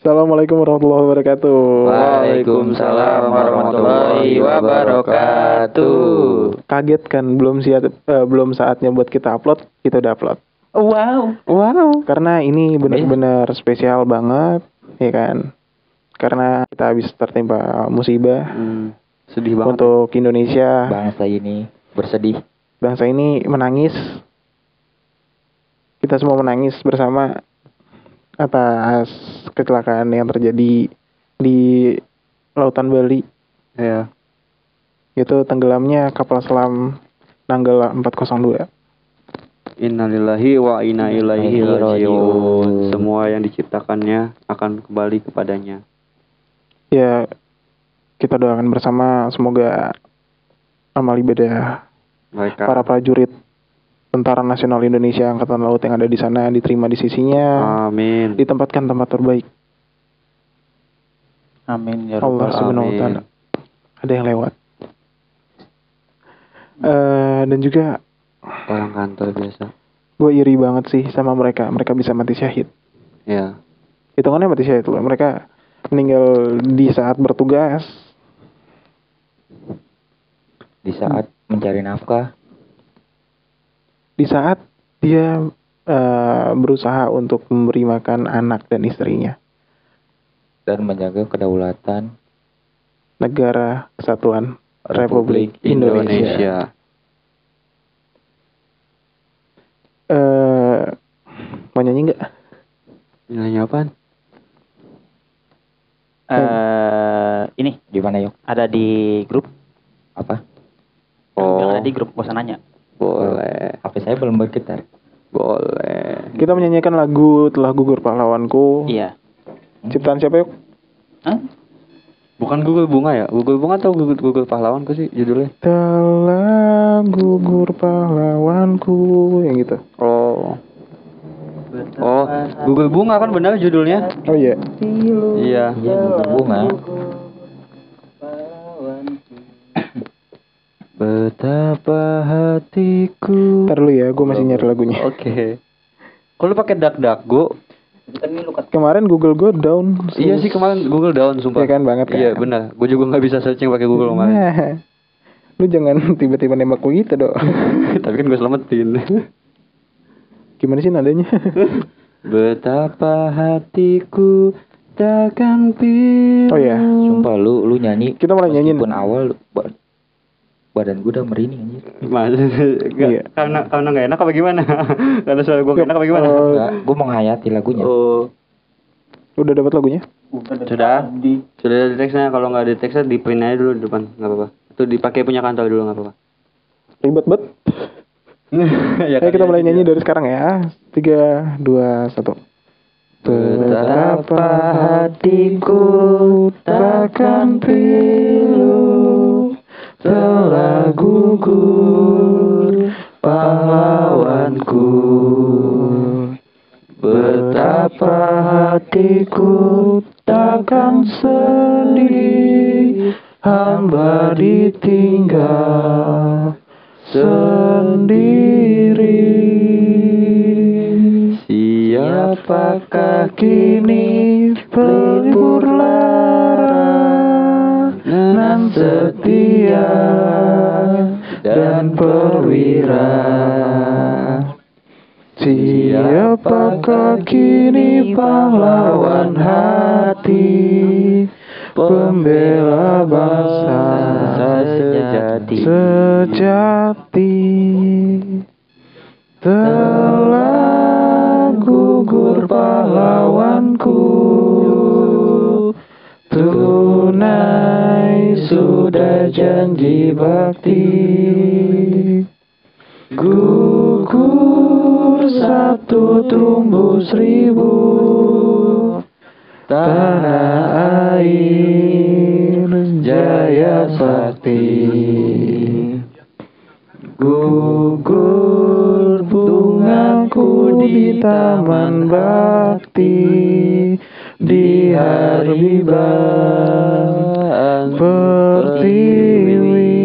Assalamualaikum warahmatullahi wabarakatuh. Waalaikumsalam warahmatullahi wabarakatuh. Kaget kan belum saatnya buat kita upload, kita udah upload. Wow. Karena ini benar-benar spesial banget, ya kan? Karena kita habis tertimpa musibah Sedih banget. untuk Indonesia. Bangsa ini bersedih. Bangsa ini menangis. Kita semua menangis bersama atas kecelakaan yang terjadi di Lautan Bali. Ya. Itu tenggelamnya kapal selam Nanggala 402. Innalillahi wa inna ilaihi rajiun. Semua yang diciptakannya akan kembali kepadanya. Ya, kita doakan bersama semoga amal ibadah Mereka. para prajurit Tentara Nasional Indonesia Angkatan Laut yang ada di sana diterima di sisinya, Amin. ditempatkan tempat terbaik. Amin ya Allah rabbal Subhanahu wa taala. Ada yang lewat. Dan juga Orang kantor biasa. gue iri banget sih sama mereka. Mereka bisa mati syahid. Ya. Hitungannya mati syahid loh. Mereka meninggal di saat bertugas. Di saat mencari nafkah. Di saat dia berusaha untuk memberi makan anak dan istrinya. Dan menjaga kedaulatan Negara Kesatuan Republik Indonesia. Mau nyanyi nggak? Nyanyi apaan? Ini Gimana yuk? ada di grup. Apa? Yang ada di grup, gak usah nanya. Boleh. HP saya belum bergetar. Boleh. Kita menyanyikan lagu Telah Gugur Pahlawanku. Iya. Ciptaan siapa yuk? Hah? Bukan Google Bunga ya? Google Bunga atau Google Pahlawanku sih judulnya? Telah gugur pahlawanku, yang gitu. Oh, Google Bunga kan benar judulnya? Oh iya. Iya. Google Bunga. Betapa hatiku. Ntar dulu ya, gue masih nyari lagunya. Oke. Kok lu pakai DuckDuckGo? Kemarin Google gue down. Iya sih kemarin Google down sumpah. Iya kan, banget kan? Iya benar. Gue juga nggak bisa searching pakai Google kemarin. Nah, lu jangan tiba-tiba nembak gue gitu dong. Tapi kan gue selamatin. Gimana sih nadanya? Betapa hatiku takkan pilu. Oh iya. Sumpah lu nyanyi. Kita mulai nyanyiin. Meskipun awal badan gue udah merinding anjir. Mas, Iya. karena nggak enak apa gimana? Karena suara gue nggak enak apa gimana? Enggak, gue menghayati lagunya. Oh, Udah dapat lagunya? sudah di teksnya. Kalau nggak di teksnya di print aja dulu di depan, nggak apa-apa. Itu dipakai punya kantor dulu nggak apa-apa. Ribet banget. Ya, Ayo kita mulai nyanyi dari sekarang ya. 3, 2, 1. Betapa hatiku takkan pilu, telah gugur pahlawanku. Betapa hatiku takkan sedih, hamba ditinggal sendiri. Siapakah kini pelipur lara nan setia dan perwira? Siapakah kini pahlawan hati, pembela bangsa sejati? Telah gugur pahlawanku, tunai sudah janji bakti. Gugur satu terumbu seribu, tanah air jaya sakti. Gugur bungaku di taman bakti, di hari bulan pertiwi.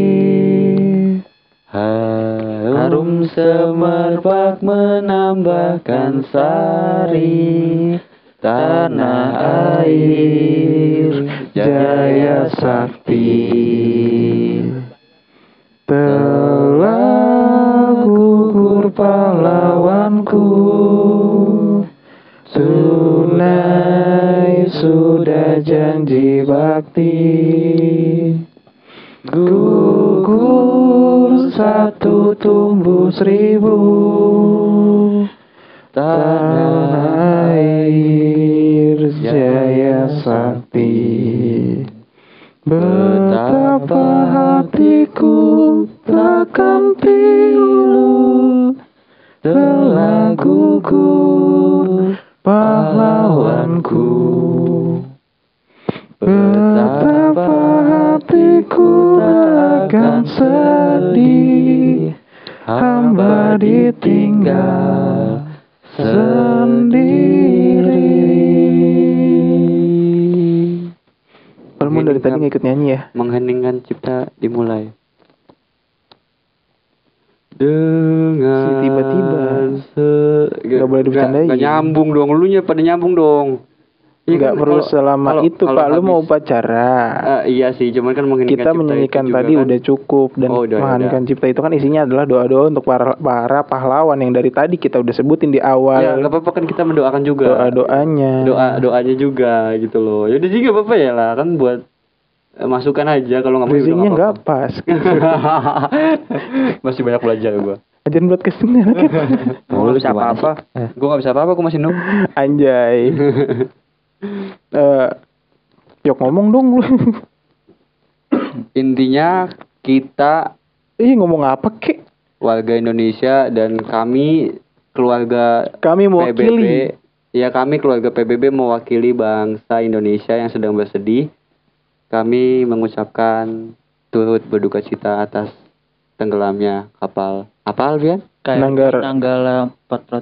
Harum semerbak menambahkan sari, tanah air jaya sakti. Telah gugur pahlawanku, tunai sudah janji bakti. Gugur satu tumbuh seribu, tanah air jaya sakti. Betapa hatiku takkan pilu, telah gugur pahlawanku. Betapa hatiku takkan sedih, hamba ditinggal sendiri. Kamu dari tadi nggak ikut nyanyi ya? Mengheningkan cipta dimulai. Dengan Si tiba-tiba. Nggak boleh dibercandain. Nggak nyambung dong, lu nya pada nyambung dong. Iya Nggak kan, perlu kalau- selama kalau- itu kalau Pak, lu mau habis- upacara. Iya sih, cuman kan mengheningkan Kita cipta menyanyikan itu juga tadi kan. udah cukup. Dan Oh, udah. mengheningkan cipta itu kan isinya adalah doa-doa untuk para pahlawan yang dari tadi kita udah sebutin di awal. Ya nggak apa-apa kan kita mendoakan juga. Doa-doanya. Doanya juga gitu loh. Yaudah sih nggak apa-apa ya lah kan buat masukan aja kalau nggak mau. Musiknya nggak pas. Masih banyak belajar gua. Ajaran buat kesini anaknya. Gua nggak bisa apa-apa. Gua nggak bisa apa-apa. Gua masih noob. Anjay. Yok ngomong dong lu. Intinya kita Ih ngomong apa kek? warga Indonesia dan kami keluarga Kami mewakili. PBB. Ya kami keluarga PBB mewakili bangsa Indonesia yang sedang bersedih. Kami mengucapkan turut berduka cita atas tenggelamnya kapal Albian? Nanggala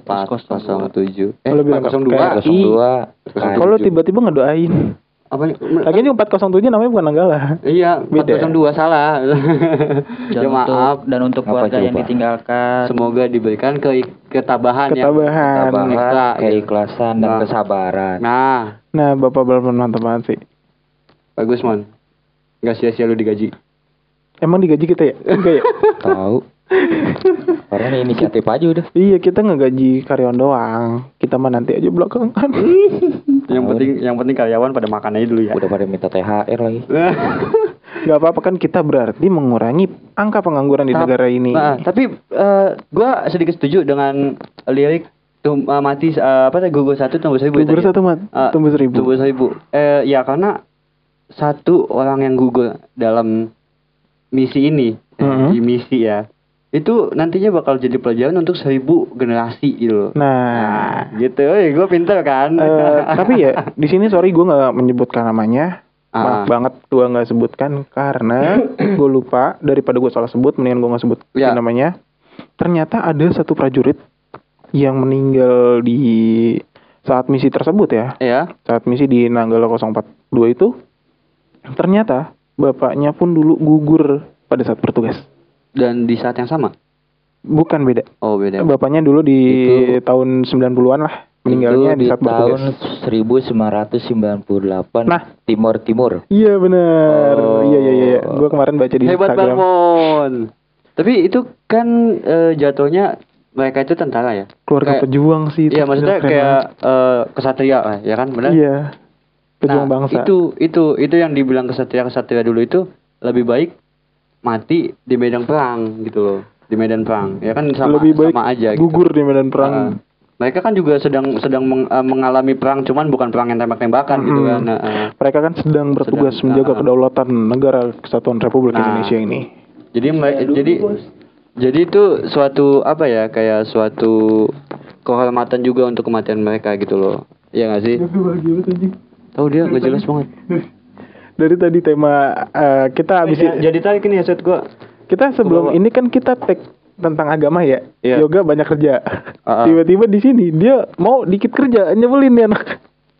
407. Lebih lengkap. 402. 02. Kalau tiba-tiba ngedoain. Apa? Lagian yang 407 namanya bukan Nanggala. Iya, Beda. 402 salah. Ya maaf. Dan untuk Apa keluarga yang coba? ditinggalkan, Semoga diberikan ketabahan ya. Ketabahan. Ketabahan, Bisa, keikhlasan, dan Nah. kesabaran. Nah, Nah, Bapak Balman mantap banget sih. bagus mon. Gak sia-sia lu digaji. Emang digaji kita ya? Enggak ya? Tahu. Karena ini inisiatif aja udah. Iya, kita ngegaji karyawan doang. Kita mah nanti aja belakangan. Yang penting karyawan pada makan aja dulu ya. Udah pada minta THR lagi. Gak apa-apa kan kita berarti mengurangi angka pengangguran di negara ini. Nah, tapi gua sedikit setuju dengan lirik mati gugur satu tumbuh seribu. Gugur satu mat, tumbuh seribu. Tumbuh seribu. Ya karena satu orang yang gugur dalam misi ini, di misi ya, itu nantinya bakal jadi pelajaran untuk 1000 generasi gitu loh. Nah, Gitu, gue pinter kan. tapi ya di sini sorry gue nggak menyebutkan namanya. Maaf banget gue nggak sebutkan karena gue lupa, daripada gue salah sebut mendingan gue nggak sebut Ya. namanya. Ternyata ada satu prajurit yang meninggal di saat misi tersebut ya. Ya. Saat misi di Nanggala 042 itu ternyata bapaknya pun dulu gugur pada saat bertugas. Dan di saat yang sama. Bukan, beda. Oh, beda. Bapaknya dulu di Itu- tahun 90-an lah meninggalnya Itu di saat tahun bertugas. 1998. Nah. Timur. Iya benar. Oh. Iya. Gue kemarin baca di Hebat Instagram. Balmon. Tapi itu kan jatuhnya mereka itu tentara ya. Keluarga Kayak- pejuang sih. Iya itu maksudnya keren kayak banget. kesatria lah, ya kan benar? Iya. Pejuang Nah, bangsa. Itu yang dibilang kesatria dulu itu lebih baik mati di medan perang gitu loh. Di medan perang. Ya kan sama Lebih baik aja gitu. gugur di medan perang. Mereka kan juga sedang mengalami perang, cuman bukan perang yang tembak-tembakan gitu kan. Mereka kan sedang bertugas Sedang, menjaga kedaulatan negara kesatuan Republik Nah. Indonesia ini. Jadi jadi itu suatu apa ya, kayak suatu kehormatan juga untuk kematian mereka gitu loh. Iya nggak sih? Tahu dia nggak jelas banget. Dari tadi tema kita habis Jadi tarik ini headset gua. kita sebelum Kebawa. ini kan kita tag tentang agama ya. Iya. Yoga banyak kerja. Ah. Tiba-tiba di sini dia mau dikit kerja, nyebelin nih anak.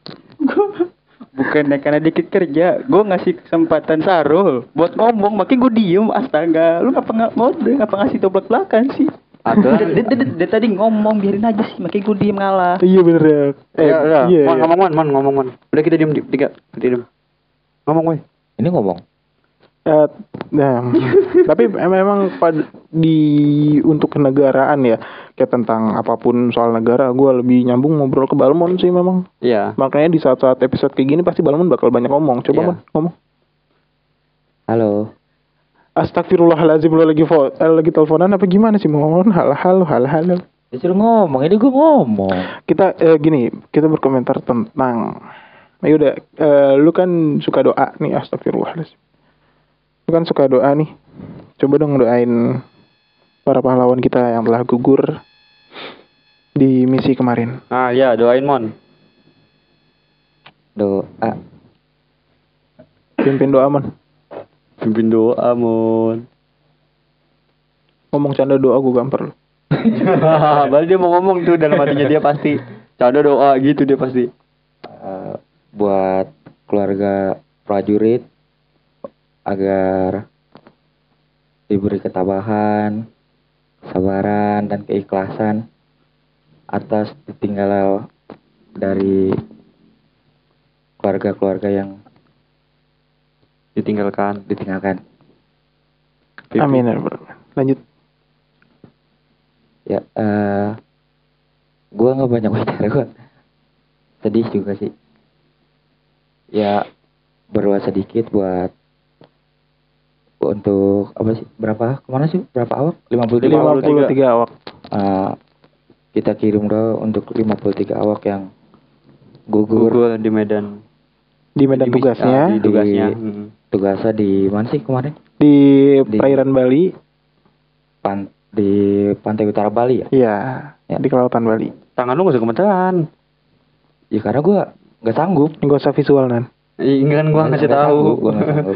bukannya karena dikit kerja, gue ngasih kesempatan Sarul buat ngomong, makin gue diem. Astaga, lu ngapa nggak mau deh, ngapa ngasih tau belak belakan sih? aturan. Dia tadi ngomong, biarin aja sih, makanya gue diem ngalah. Iya bener ya. Iya. Iya. Ngomong. Udah kita diem tiga. Kita diem. Ngomong weh. Ini ngomong. Nah, tapi memang untuk kenegaraan ya, kayak tentang apapun soal negara, gue lebih nyambung ngobrol ke Balmon sih memang. Iya. Makanya di saat-saat episode kayak gini pasti Balmon bakal banyak ngomong. Coba Iya. Mon, ngomong. Halo. Astagfirullahaladzim, lo lagi teleponan apa gimana sih Mon? Halo. Disuruh ngomong, ini gue ngomong. Kita kita berkomentar tentang, ayo udah, lu kan suka doa nih, astagfirullahaladzim. Lu kan suka doa nih. Coba dong doain para pahlawan kita yang telah gugur di misi kemarin. Ah iya, doain Mon. Doa. Pimpin doa Mon. Pimpin doa Mon. Ngomong canda doa gue gampar lu. Baru dia mau ngomong tuh dalam hatinya dia pasti. Canda doa gitu dia pasti. Buat keluarga prajurit agar diberi ketabahan, kesabaran dan keikhlasan atas ditinggal dari keluarga-keluarga yang Ditinggalkan. Amin ya Rabbal Alamin. Lanjut. Ya, gue nggak banyak bicara, gue sedih juga sih. Ya, berdoa sedikit buat untuk apa sih? Berapa? Kemana sih? Berapa awak? 53 awak. Kita kirim doa untuk 53 awak yang gugur di Medan. Di medan tugasnya. Di tugasnya. tugasnya di mana sih kemarin? Di perairan Bali. Di pantai utara Bali ya? Iya. Ya. Di kelautan Bali. Tangan lu gak usah gemeteran. Ya karena gue nggak sanggup. Gak usah visual Nan. Kan gua ngasih tahu. Gue nggak sanggup.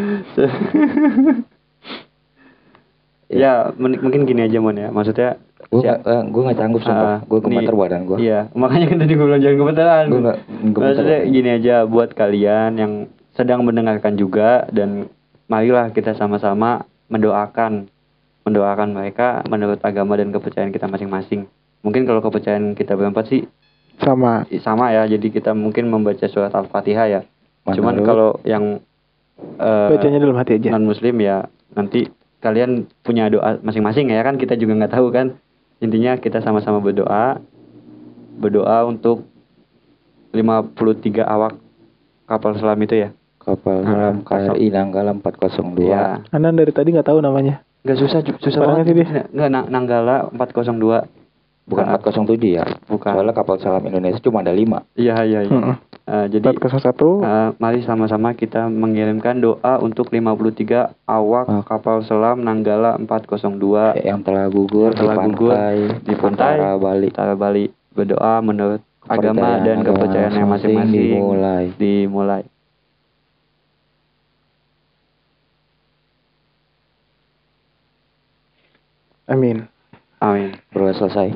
Ya, mungkin gini aja Mon ya. Maksudnya Gue nggak sanggup sumpah. Gue gemeter badan gue. Iya, makanya kan tadi gue bilang jangan gemeteran. Gue nggak gemeter. Maksudnya gini aja buat kalian yang sedang mendengarkan juga, dan marilah kita sama-sama mendoakan mereka menurut agama dan kepercayaan kita masing-masing. Mungkin kalau kepercayaan kita berempat sih sama ya. Jadi kita mungkin membaca surat Al-Fatihah ya. Cuman kalau yang bacanya dalam hati aja. non muslim ya nanti kalian punya doa masing-masing ya kan, kita juga nggak tahu kan. Intinya kita sama-sama berdoa untuk 53 awak kapal selam itu ya. Kapal selam KRI Nanggala 402. Ya. Anan dari tadi nggak tahu namanya. Nggak susah Orangnya banget sih dia. Nggak Nanggala 402. Bukan 407 ya. Bukan. Soalnya kapal selam Indonesia cuma ada 5. Iya. Jadi 401. mari sama-sama kita mengirimkan doa untuk 53 awak kapal selam Nanggala 402 yang telah gugur di pantai utara Bali. Berdoa menurut agama dan kepercayaan yang masing-masing dimulai. Amin. Berdoa selesai.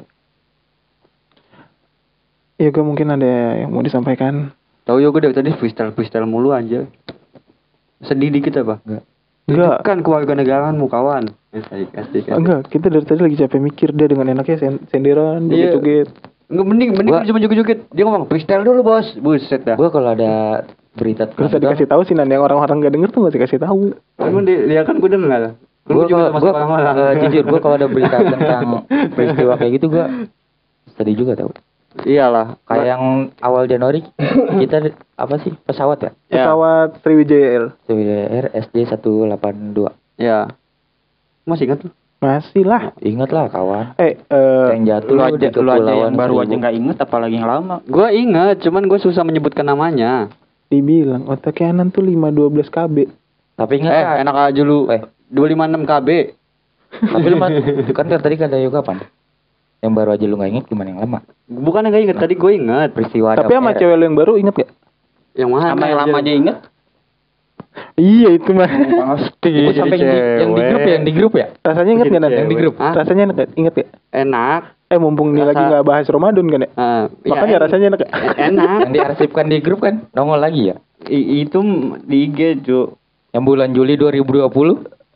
Ya gue mungkin ada yang mau disampaikan. Tahu ya gue dari tadi freestyle mulu aja. Sedih dikit apa? Enggak. Kan keluarga negaraanmu kawan. Asik. Enggak, kita dari tadi lagi capek mikir, dia dengan enaknya senderan, Iya. joget-joget. Enggak, mending cuma joget-joget. Dia ngomong freestyle dulu bos. Buset dah. Gue kalau ada berita Terus tadi dikasih tahu sih Nan, yang orang-orang gak denger tuh masih kasih tahu. Emang dia kan gue dengar. Gue jujur gue kalau ada berita tentang peristiwa kayak gitu gue sedih juga tau. Iyalah. Kayak yang awal Januari kita apa sih pesawat ya? Pesawat Sriwijaya Air. Sriwijaya Air SD 182. Ya. Masih ingat tuh? Masih lah. Ingat lah kawan. Yang jatuh Lu aja di Kepulauan yang baru Seribu. aja nggak inget, apalagi yang lama. Gue ingat, cuman gue susah menyebutkan namanya. Dibilang otaknya Anan tuh 512 KB. Tapi ingat kan? Enak aja lu. 256 KB. Tapi lu kan tadi kata Yoga kapan? Yang baru aja lu gak inget, gimana yang lama? Bukan gak inget, tadi gue inget. Peristiwa Tapi sama cewek lu yang baru inget gak? Yang mana? Sama yang lama aja inget. Iya itu mah. Pasti. Oh, sampai yang di grup ya? Rasanya inget gak Nan? Yang di grup. Rasanya inget gak? Enak. Mumpung ini lagi gak bahas Ramadan kan ya? Makanya rasanya enak. Enak. Yang diarsipkan di grup kan? Nongol lagi ya? Itu di IG, Cuk. Yang bulan Juli 2020?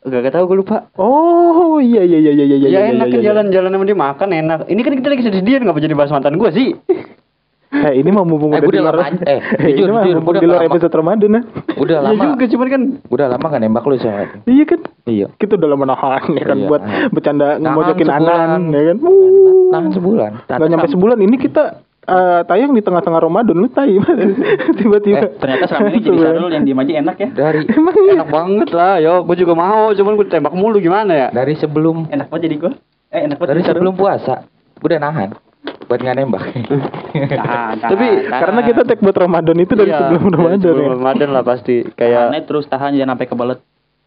Gak tahu gue lupa. Oh iya. Ya enak kan jalan-jalan sama dia makan enak. Ini kan kita lagi sedih-sedihan ngapa jadi bahas mantan gue sih? Ini mah mumpung udah gue di udah luar. lama Ini jujur mah mumpung gue di luar lama, episode Ramadan ya. udah Iya lama juga cuman kan udah lama kan nembak lu soalnya. Iya kan? Iya. Kita udah lama nahan ya kan Iya. buat bercanda ngojokin sebulan. anan ya kan. Tahan sebulan. Nggak nyampe sebulan ini kita tayang di tengah-tengah Ramadan lu tiba-tiba. Ternyata selama ini jadi Sarul yang diem aja enak ya. Dari enak banget lah. Yo, gue juga mau. Cuman gue tembak mulu gimana ya? dari sebelum Enak banget jadi gue. Enak banget dari jadi Sarul. sebelum puasa gue udah nahan buat nggak nembak. Tapi Karena kita tag buat Ramadan itu dari iya, sebelum Ramadan sebelum ya. Ramadan lah pasti. Kayak Tahannya terus tahan jangan sampai kebelet.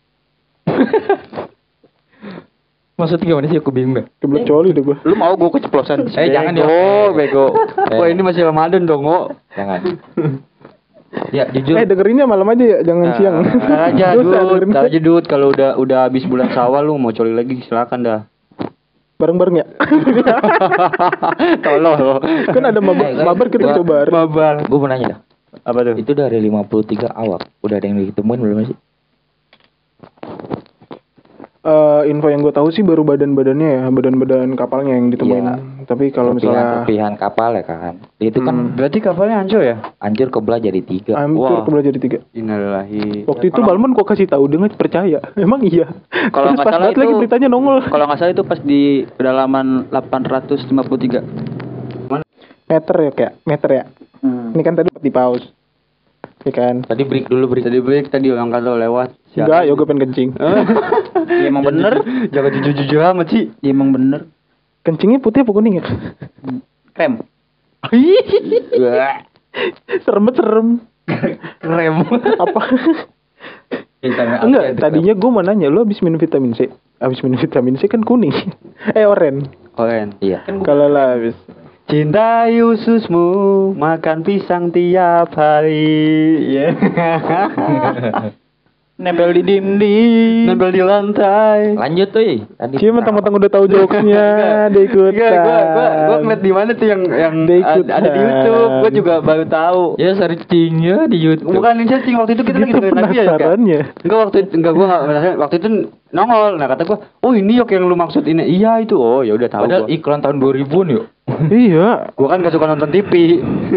Maksudnya gimana sih, aku bingung deh. Kebelet coli deh gua. lu mau gue keceplosan? Jangan bego. Wah ini masih Ramadan dong, kok. Jangan. Ya jujur. Dengerinnya malam aja ya, jangan siang. Aja Dosa Dut, dengerin. aja Dut. Kalau udah habis bulan Syawal lu mau coli lagi silakan dah. Bareng-bareng ya. Tolong. Kan ada mabar kita coba. Mabar. Gue mau nanya dah. Apa tuh? Itu dari 53 awak udah ada yang ditemuin belum sih? Info yang gue tahu sih baru badan-badannya ya, badan-badan kapalnya yang ditemuin. Iya. Tapi kalau misalnya serpihan kapal ya kan. Itu kan Berarti kapalnya hancur ya? hancur kebelah jadi 3. hancur kebelah jadi 3. Innalillahi. Waktu itu Balmon kok kasih tahu dia nggak percaya. Emang iya. Kalau Terus nggak pas salah banget lagi itu- beritanya nongol. Kalau nggak salah itu pas di kedalaman 853. Meter ya kayak meter ya. Ini kan tadi di pause. Ya kan. Tadi break dulu break. Tadi break tadi orang kata lewat. Enggak, yoga pengen kencing. Ya emang bener. Jangan jujur-jujur amat sih. Ya emang bener. Kencingnya putih apa kuning ya? Krem. Serem. Rem. Apa? Enggak, tadinya gue mau nanya, lu habis minum vitamin C. Habis minum vitamin C kan kuning. Oren. Keren. Iya. Kalau lah habis. Cinta ususmu, makan pisang tiap hari. Nempel di dinding. Nempel di lantai. Lanjut tuh. Tadi Cie mentang-mentang udah tahu jokesnya, dia ikutan. Gua ngeliat di mana tuh yang Dia ikutan. ada di YouTube. Gua juga baru tahu. ya searchingnya di YouTube. Bukan searching waktu itu kita lagi Gitu dengerin lagu ya. Kak? penasarannya. Enggak gua enggak waktu itu nongol. Nah kata gua, "Oh, ini yok yang lu maksud ini." Iya itu. Oh, ya udah tahu Padahal gua. iklan tahun 2000-an yuk. Iya. Gua kan gak suka nonton TV.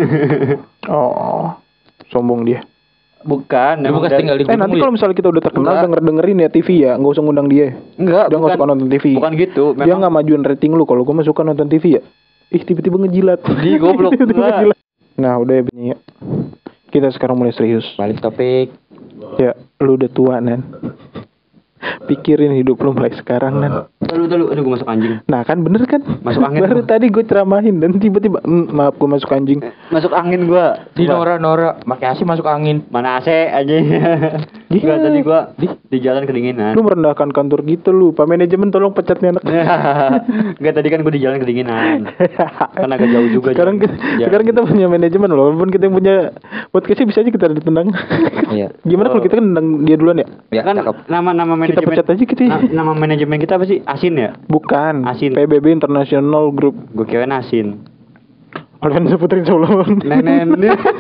Oh, sombong dia. Bukan, Dia emang bekas dari- tinggal di Nanti gunung. kalau misalnya kita udah terkenal Enggak. dengerin ya TV ya, nggak usah ngundang dia. Enggak, Dia nggak suka nonton TV. Bukan gitu. Dia nggak majuin rating lu. Kalau gue mah suka nonton TV ya. Ih tiba-tiba ngejilat. Di goblok. Tiba-tiba Enggak. ngejilat. Nah udah ya Benny ya. Kita sekarang mulai serius. Balik topik. Ya, lu udah tua Nan. Pikirin hidup lu mulai sekarang Nan. Aduh, gua masuk anjing. Nah kan bener kan? Masuk angin Baru gua. tadi gue ceramahin dan tiba-tiba maaf gue masuk anjing. Masuk angin gua. Di Coba. Nora pakai AC masuk angin. Mana AC aja. Enggak tadi gua di jalan kedinginan. Lu merendahkan kantor gitu lu. Pak manajemen tolong pecat nih anak. Enggak tadi kan gua di jalan kedinginan. Kan agak jauh juga. Sekarang sekarang kita punya manajemen loh. Walaupun kita yang punya podcastnya bisa aja kita ditendang. Iya. Gimana kalau kita kan nendang dia duluan ya? Ya kan cakep. nama Kita manajemen pecat aja kita. nama manajemen kita apa sih? Asin ya? Bukan. Asin. PBB International Group. Gua kirain Asin. Alvanza Putri Solomon. Nenen.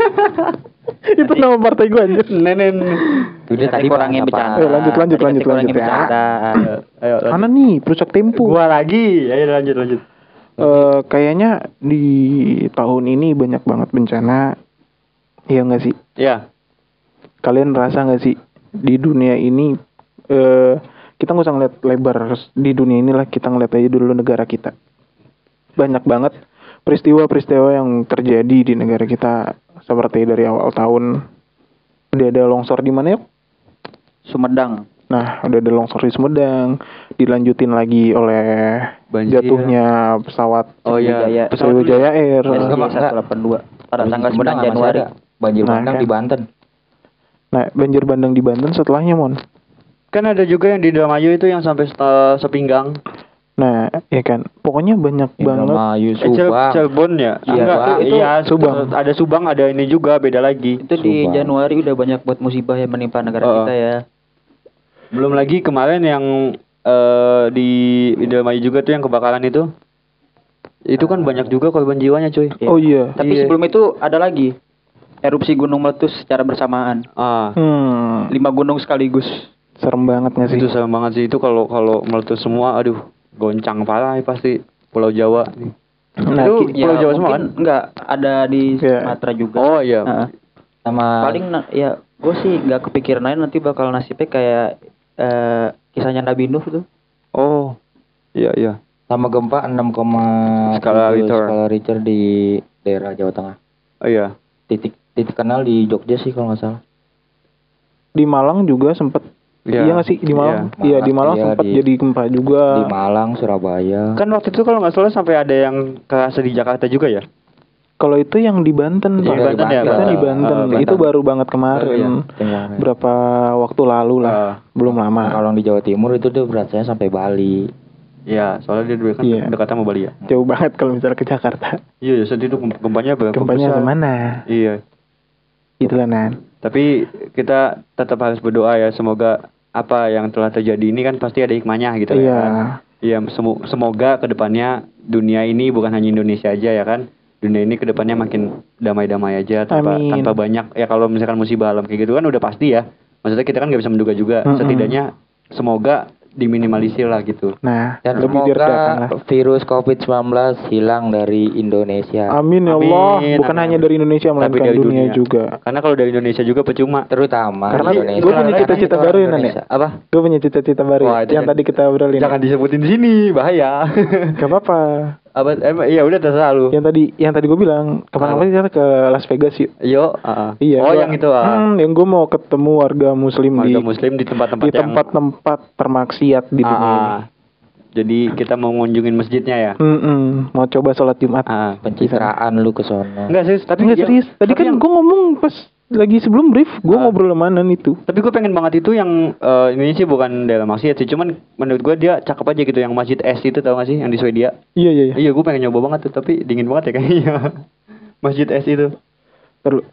Itu nama partai gue anjir. Nenen. Udah tadi kurangin bahas apa? bercanda. Lanjut Tadi kurangin ya. bercanda. Ayo. Mana nih perusak tempo? Gua lagi. Ayo lanjut. Kayaknya di tahun ini banyak banget bencana. Iya nggak sih? Ya. Kalian rasa nggak sih di dunia ini kita nggak usah ngeliat lebar di dunia inilah, kita ngeliat aja dulu negara kita. Banyak banget peristiwa-peristiwa yang terjadi di negara kita, seperti dari awal tahun udah ada longsor di mana ya? Sumedang. Nah, udah ada longsor di Sumedang, dilanjutin lagi oleh Banjir. jatuhnya pesawat Oh iya. Sriwijaya Air. Enggak, SG 182 pada tanggal 9 Sumedang masih Januari. ada. Banjir Nah, bandang kan. di Banten. Nah, banjir bandang di Banten setelahnya, Mon. Kan ada juga yang di Indramayu itu yang sampai sepinggang. Nah, ya kan. Pokoknya banyak banget. Indramayu, Subang. Cirebon ya? Iya, Enggak, Bang. iya, Subang. Ada Subang, ada ini juga, beda lagi. Itu di Subang. Januari udah banyak buat musibah yang menimpa negara kita ya. Belum lagi kemarin yang di Indramayu juga tuh yang kebakaran itu. Itu kan banyak juga korban jiwanya, cuy. Oh iya. Tapi Iya. sebelum itu ada lagi erupsi gunung meletus secara bersamaan. Ah. 5 gunung sekaligus. Serem banget nggak sih? Itu serem banget sih itu kalau meletus semua, aduh, goncang parah pasti Pulau Jawa. Nah, Itu Pulau Jawa semua kan? mungkin nggak ada di Iya. Sumatera juga. Oh iya. Heeh. Sama Paling ya gue sih nggak kepikiran aja nanti bakal nasibnya kayak kisahnya Nabi Nuh tuh. Oh. Iya. sama gempa 6, Skala Richter. skala Richter di daerah Jawa Tengah. Oh iya. Titik kenal di Jogja sih kalau nggak salah. di Malang juga sempet. Iya nggak sih di Malang? Iya di Malang Iya, sempat jadi gempa juga. Di Malang, Surabaya. Kan waktu itu kalau nggak salah sampai ada yang kerasa di Jakarta juga ya? Kalau itu yang di Banten, Iya, Pak. di Banten ya, Itu Banten. di Banten. Banten. Itu baru banget kemarin. Kemarin. Berapa waktu lalu lah, belum lama. Kalau di Jawa Timur itu dia beratnya sampai Bali. Iya, soalnya dia kan Iya. dekat sama Bali ya. Jauh banget kalau misalnya ke Jakarta. Iya, sedih itu gempanya berapa Gempanya besar? kemana? Iya. Itulah Nan. Tapi kita tetap harus berdoa ya, semoga apa yang telah terjadi ini kan pasti ada hikmahnya gitu Iya. ya kan. Iya, semoga kedepannya dunia ini bukan hanya Indonesia aja ya kan. Dunia ini kedepannya makin damai-damai aja Amin. tanpa banyak ya, kalau misalkan musibah alam kayak gitu kan udah pasti ya. Maksudnya kita kan nggak bisa menduga juga. Setidaknya semoga diminimalisir lah gitu. Nah, Dan lebih diredakan lah. semoga virus COVID-19 hilang dari Indonesia. Amin ya Allah. Amin, Bukan amin, hanya amin. dari Indonesia Tapi melainkan dari dunia dunia. juga. Karena kalau dari Indonesia juga percuma. Terutama Karena Indonesia. gue punya cita-cita baru ya Nan ya. Apa? Gue punya cita-cita baru Wah, ya, itu yang jangan- tadi kita obrolin. Jangan disebutin di sini, bahaya. Gak apa-apa. Apa? Iya udah terserah lu. Yang tadi gue bilang kemarin kita ke Las Vegas yuk. Yo, Iya. Oh, gua- yang itu yang gue mau ketemu warga Muslim warga di Muslim di tempat-tempat di yang tempat-tempat termaksiat di dunia ini. Jadi kita mau ngunjungin masjidnya ya. Mau coba sholat Jumat. Pencitraan lu ke sono. Enggak serius, tapi Enggak serius. Tadi kan gue ngomong pas lagi sebelum brief, gue ngobrol sama Nan itu. tapi gue pengen banget itu yang ini sih bukan dalam maksiat sih, cuman menurut gue dia cakep aja gitu, yang Masjid Es itu, tau gak sih yang di Swedia? Iya. Iya, gue pengen nyoba banget tuh, tapi dingin banget ya kayaknya. Masjid Es itu. Terus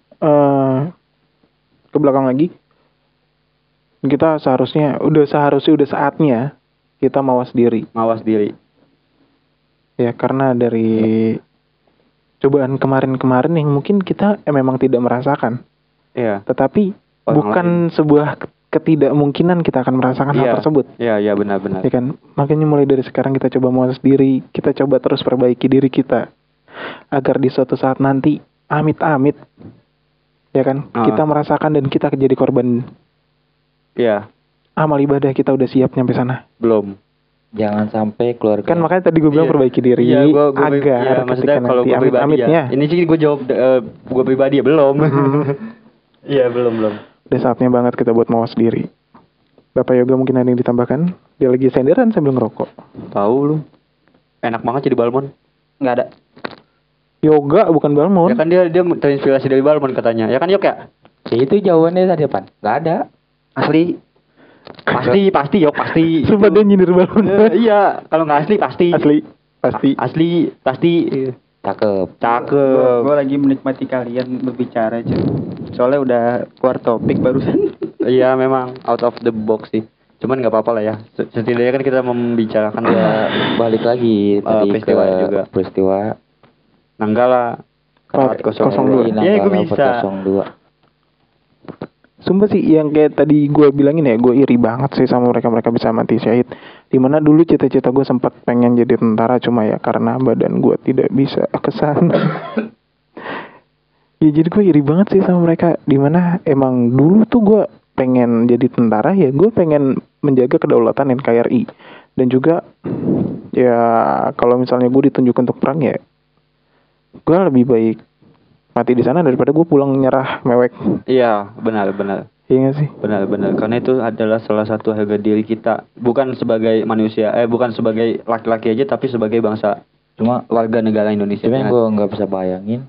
ke belakang lagi. Kita udah saatnya kita mawas diri. Mawas diri. Ya karena dari cobaan kemarin-kemarin yang mungkin kita memang tidak merasakan. Iya. Tetapi Orang bukan sebuah ketidakmungkinan kita akan merasakan hal tersebut. Iya benar-benar. Ya kan? Makanya mulai dari sekarang kita coba mawas diri, kita coba terus perbaiki diri kita agar di suatu saat nanti amit-amit ya kan, kita merasakan dan kita jadi korban. Iya. Amal ibadah kita udah siap nyampe sana. Belum. Jangan sampai keluarga. Kan makanya tadi gue bilang perbaiki diri agar maksudnya ketika kalau nanti gue pribadi amit-amitnya ya. Ini sih gue jawab gue pribadi ya belum. Iya belum. udah saatnya banget kita buat mawas diri. Bapak Yoga mungkin ada yang ditambahkan? Dia lagi senderan sambil ngerokok. Tahu lu. Enak banget jadi balmon. Nggak ada. Yoga bukan balmon. Ya kan dia terinspirasi dari balmon katanya. Ya kan Yok ya? Itu jawabannya tadi apa? Gak ada. Asli. Pasti Yok pasti. Sumpah dia nyindir balmon. Iya, kalau nggak asli pasti. Asli. Pasti. Cakep. Cakep. Gue lagi menikmati kalian berbicara cuy. Soalnya udah keluar topik barusan. Iya memang out of the box sih. Cuman nggak apa-apa lah ya. Setidaknya kan kita membicarakan Ya balik lagi tadi peristiwa ke juga. peristiwa Nanggala 402. Iya gue bisa. 402. Sumpah sih yang kayak tadi gue bilangin ya, gue iri banget sih sama mereka bisa mati syahid. Dimana dulu cita-cita gue sempat pengen jadi tentara, cuma ya karena badan gue tidak bisa kesana. Ya jadi gue iri banget sih sama mereka. Dimana emang dulu tuh gue pengen jadi tentara, ya gue pengen menjaga kedaulatan NKRI. Dan juga ya kalau misalnya gue ditunjuk untuk perang ya gue lebih baik mati di sana daripada gue pulang nyerah mewek. Iya benar. Iya gak sih? Benar. Karena itu adalah salah satu harga diri kita. Bukan sebagai manusia, bukan sebagai laki-laki aja, tapi sebagai bangsa. Cuma Warga negara Indonesia. Cuma yang gue nggak bisa bayangin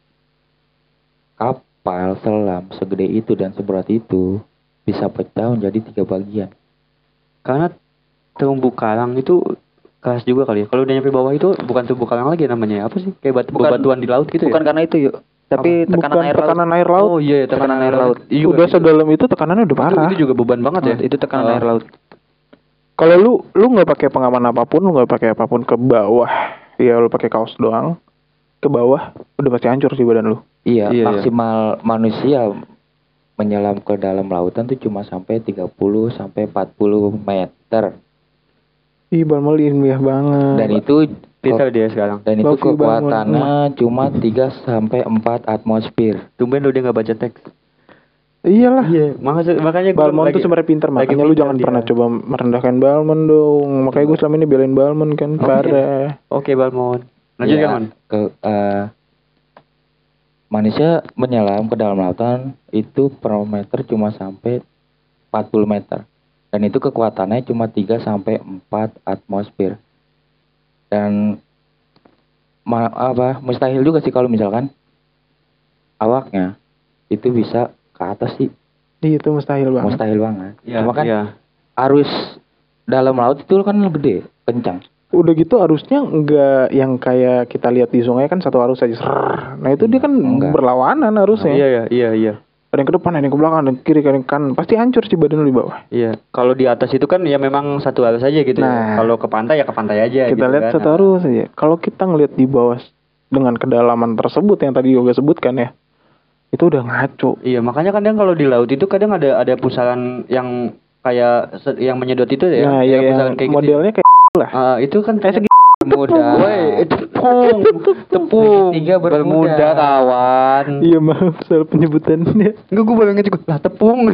kapal selam segede itu dan seberat itu bisa pecah menjadi 3 bagian. Karena terumbu karang itu keras juga kali ya. Kalau udah nyampe bawah itu bukan terumbu karang lagi namanya. Apa sih? Kayak batuan di laut gitu Bukan ya? karena itu yuk. Tapi Bukan tekanan air laut. air laut. Oh iya, tekanan air laut. Iya, Udah sedalam itu tekanannya udah parah. Itu juga beban banget ya. Itu tekanan air laut. Kalau lu nggak pakai pengaman apapun, lu nggak pakai apapun ke bawah, ya lu pakai kaos doang, ke bawah udah pasti hancur sih badan lu. Iya, Iya, maksimal manusia menyelam ke dalam lautan tuh cuma sampai 30 sampai 40 meter. Ih, Balmol ilmiah banget. Dan itu Pintar dia sekarang. dan itu Love you, Bang. kekuatannya cuma 3 sampai 4 atmosfer. Tumben lu dia nggak baca teks. Iyalah. Iya, makanya gue Balmon tuh sebenarnya pintar, makanya lu pintar jangan dia. pernah coba merendahkan Balmon dong. Makanya gue selama ini belain Balmon kan, parah. Oke, Balmon. Lanjut Ya, kan, Mon? Manusia menyelam ke dalam lautan itu per meter cuma sampai 40 meter. Dan itu kekuatannya cuma 3 sampai 4 atmosfer. Dan mustahil juga sih kalau misalkan awaknya itu bisa ke atas sih. Iya, itu mustahil banget. Mustahil banget. Iya, Cuma kan iya. arus dalam laut itu kan gede, kencang. Udah gitu arusnya enggak yang kayak kita lihat di sungai kan satu arus aja. Nah itu dia kan Enggak. berlawanan arusnya. Iya. Ada yang ke depan, ada yang ke belakang, ada yang ke kiri, ada yang ke kanan. Pasti hancur sih badan lu di bawah. Iya. Kalau di atas itu kan ya memang satu arus aja gitu. Nah. Ya. Kalau ke pantai ya ke pantai aja. Kita gitu lihat kan. satu arus aja. Kalau kita ngelihat di bawah dengan kedalaman tersebut yang tadi Yoga sebutkan ya, itu udah ngaco. Iya, makanya kadang kalau di laut itu kadang ada pusaran yang kayak yang menyedot itu ya. Nah, iya, pusaran yang kayak gitu. modelnya kayak lah. Itu kan Kayak segi. Mudah. Woi, tepung. Segitiga Bermuda kawan. Iya, maaf soal penyebutannya. Enggak, gue baru inget juga. Lah tepung.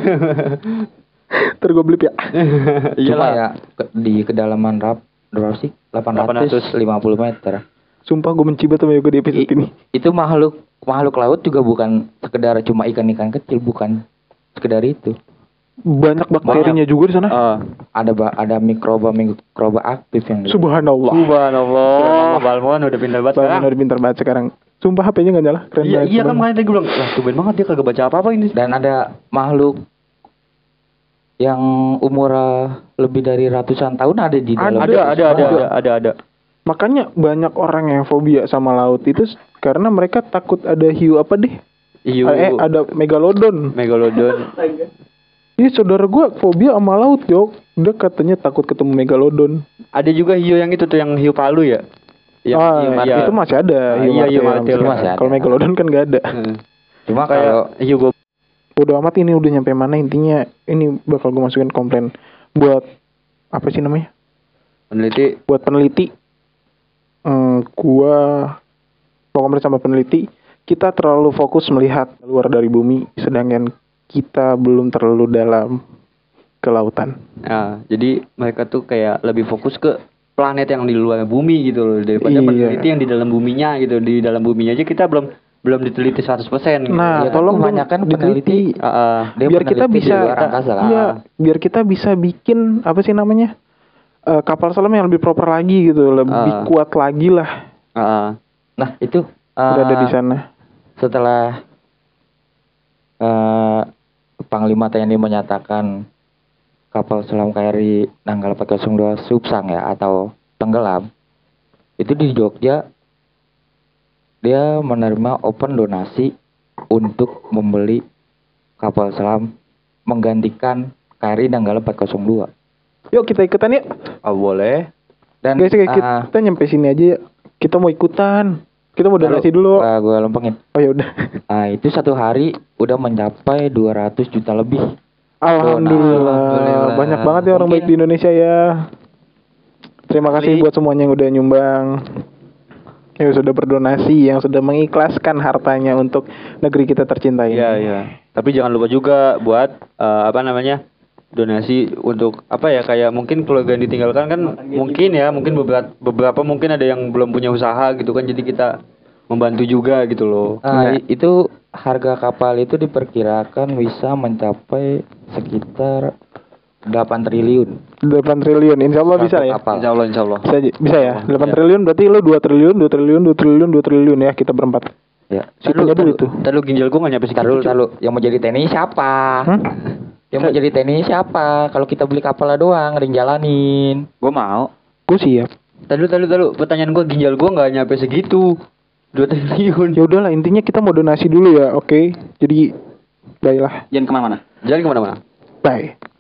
Ntar gue blip ya. Cuma ya di kedalaman berapa sih? 850 meter. Sumpah gue benci banget sama Yoga di episode ini. Itu makhluk laut juga bukan sekedar cuma ikan-ikan kecil, bukan sekedar itu. Banyak bakterinya juga di sana. Ada mikroba aktif yang Subhanallah. Subhanallah. Balmon udah pintar banget Balmon sekarang. udah pintar banget sekarang. Sumpah HP-nya gak nyala. Keren Iya, banget. iya kan Balmon. makanya tadi gue bilang, lah tumben banget dia kagak baca apa-apa ini. dan ada makhluk yang umur lebih dari ratusan tahun ada di dalam. Ada. Makanya banyak orang yang fobia sama laut itu karena mereka takut ada hiu apa deh. Hiu. Ada megalodon. Megalodon. Iya, saudara gue fobia sama laut, Jok. Dia katanya takut ketemu megalodon. Ada juga hiu yang itu tuh yang hiu palu ya. Itu masih ada. Iya, hiu martil masih ada. Kalau megalodon kan gak ada. Cuma Kayak kalau hiu go. Bodo amat ini udah nyampe mana, intinya ini bakal gue masukin komplain buat apa sih namanya? Peneliti. Buat peneliti. Gua mau komplain sama peneliti, kita terlalu fokus melihat luar dari bumi sedangkan kita belum terlalu dalam ke lautan. Nah, jadi mereka tuh kayak lebih fokus ke planet yang di luar bumi gitu loh daripada Iya. peneliti yang di dalam buminya gitu. Di dalam buminya aja kita belum diteliti 100% gitu. Nah, ya kan tolong dong kebanyakan diteliti. dia Biar kita peneliti di bisa luar angkasa kan. iya, biar kita bisa bikin apa sih namanya? Kapal selam yang lebih proper lagi gitu, lebih kuat lagi lah. Nah, itu Berada di sana. setelah Panglima TNI menyatakan kapal selam KRI Nanggala 402 subsang ya atau tenggelam, itu di Jogja dia menerima open donasi untuk membeli kapal selam menggantikan KRI Nanggala 402. Yuk kita ikutan yuk. Boleh. Dan Guys, kita nyampe sini aja ya. Kita mau ikutan. Kita mau donasi dulu. Gue lempengin. Oh ya udah. Nah, itu satu hari udah mencapai 200 juta lebih. Alhamdulillah. Alhamdulillah. Banyak banget ya orang baik di Indonesia ya. Terima kasih buat semuanya yang udah nyumbang. Yang sudah berdonasi, yang sudah mengikhlaskan hartanya untuk negeri kita tercinta ini. Iya. Tapi jangan lupa juga buat donasi untuk apa ya, kayak mungkin keluarga yang ditinggalkan kan mungkin beberapa mungkin ada yang belum punya usaha gitu kan, jadi kita membantu juga gitu loh. Nah, itu harga kapal itu diperkirakan bisa mencapai sekitar 8 triliun. 8 triliun, insya Allah bisa ya. Kapal. Insya Allah. Bisa ya. 8 triliun berarti lo 2 triliun, 2 triliun, 2 triliun, 2 triliun ya, kita berempat. Ya. Situnya dulu itu. Tadi ginjal gua nggak nyampe segitu. Taruh. Yang mau jadi TNI siapa? Yang mau jadi TNI siapa? Kalau kita beli kapalnya doang, ada yang jalanin. Gua mau. Gue siap. Tadi pertanyaan gua, ginjal gua nggak nyampe segitu. 2 triliun. Ya udahlah, intinya kita mau donasi dulu ya, oke? Jadi, baiklah. Jangan kemana-mana. Jangan kemana-mana. Bye.